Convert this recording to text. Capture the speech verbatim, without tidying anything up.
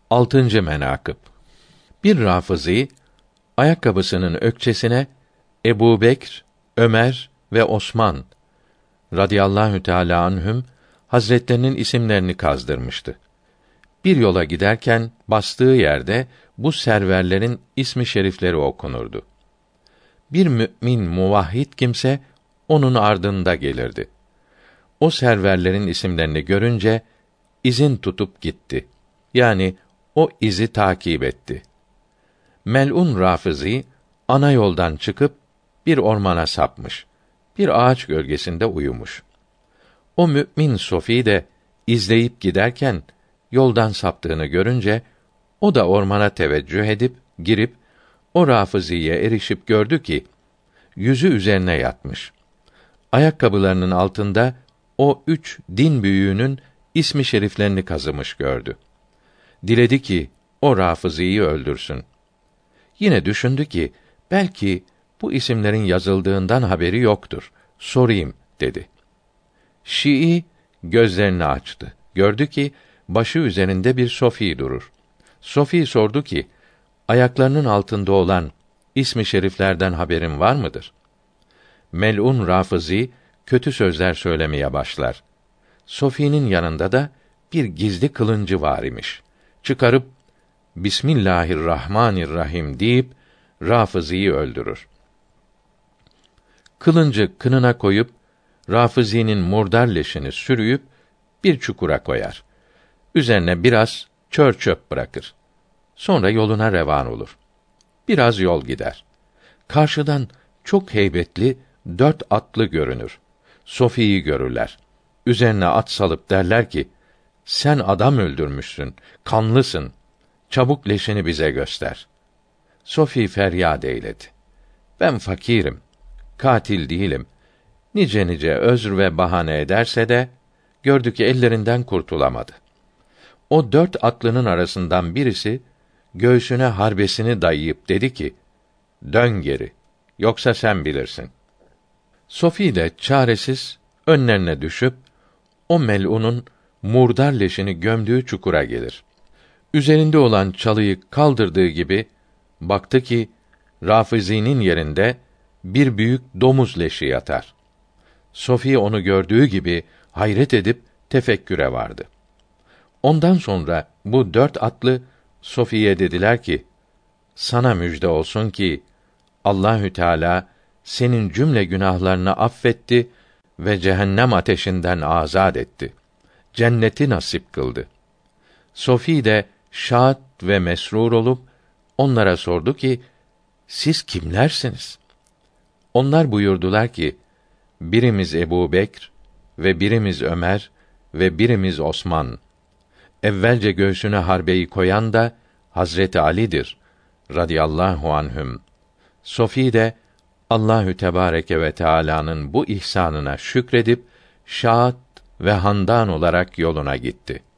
Altıncı menakıb. Bir Rafızi ayakkabısının ökçesine Ebubekr, Ömer ve Osman radıyallahu teâlâ anhüm hazretlerinin isimlerini kazdırmıştı. Bir yola giderken bastığı yerde bu serverlerin ismi şerifleri okunurdu. Bir mü'min muvahhid kimse onun ardında gelirdi. O serverlerin isimlerini görünce izin tutup gitti. Yani o izi takip etti. Mel'un Rafızi ana yoldan çıkıp bir ormana sapmış. Bir ağaç gölgesinde uyumuş. O mü'min Sofi de izleyip giderken yoldan saptığını görünce o da ormana teveccüh edip girip o Rafızi'ye erişip gördü ki yüzü üzerine yatmış. Ayakkabılarının altında o üç din büyüğünün ismi şeriflerini kazımış gördü. Diledi ki o Rafızi'yi öldürsün. Yine düşündü ki belki bu isimlerin yazıldığından haberi yoktur. Sorayım dedi. Şii gözlerini açtı. Gördü ki başı üzerinde bir Sofi durur. Sofi sordu ki ayaklarının altında olan ismi şeriflerden haberin var mıdır? Mel'un Rafızi kötü sözler söylemeye başlar. Sofi'nin yanında da bir gizli kılıncı var imiş. Çıkarıp Bismillahirrahmanirrahim deyip Rafızi'yi öldürür. Kılıncı kınına koyup Rafızi'nin murdar leşini sürüyüp bir çukura koyar. Üzerine biraz çör çöp bırakır. Sonra yoluna revan olur. Biraz yol gider. Karşıdan çok heybetli dört atlı görünür. Sofi'yi görürler. Üzerine at salıp derler ki, sen adam öldürmüşsün, kanlısın. Çabuk leşini bize göster. Sofi feryat eyledi. Ben fakirim, katil değilim. Nice nice özr ve bahane ederse de, gördü ki ellerinden kurtulamadı. O dört atlının arasından birisi, göğsüne harbesini dayayıp dedi ki, dön geri, yoksa sen bilirsin. Sofi de çaresiz, önlerine düşüp, o mel'unun murdar leşini gömdüğü çukura gelir. Üzerinde olan çalıyı kaldırdığı gibi, baktı ki, Rafızi'nin yerinde, bir büyük domuz leşi yatar. Sofi onu gördüğü gibi, hayret edip, tefekküre vardı. Ondan sonra, bu dört atlı, Sofi'ye dediler ki, sana müjde olsun ki, Allahü Teâlâ, senin cümle günahlarını affetti ve cehennem ateşinden azad etti. Cenneti nasip kıldı. Sofi de şad ve mesrur olup onlara sordu ki siz kimlersiniz? Onlar buyurdular ki birimiz Ebubekr ve birimiz Ömer ve birimiz Osman. Evvelce göğsüne harbeyi koyan da Hazreti Ali'dir radıyallahu anhüm. Sofi de Allahü Tebareke ve Teala'nın bu ihsanına şükredip şad ve handan olarak yoluna gitti.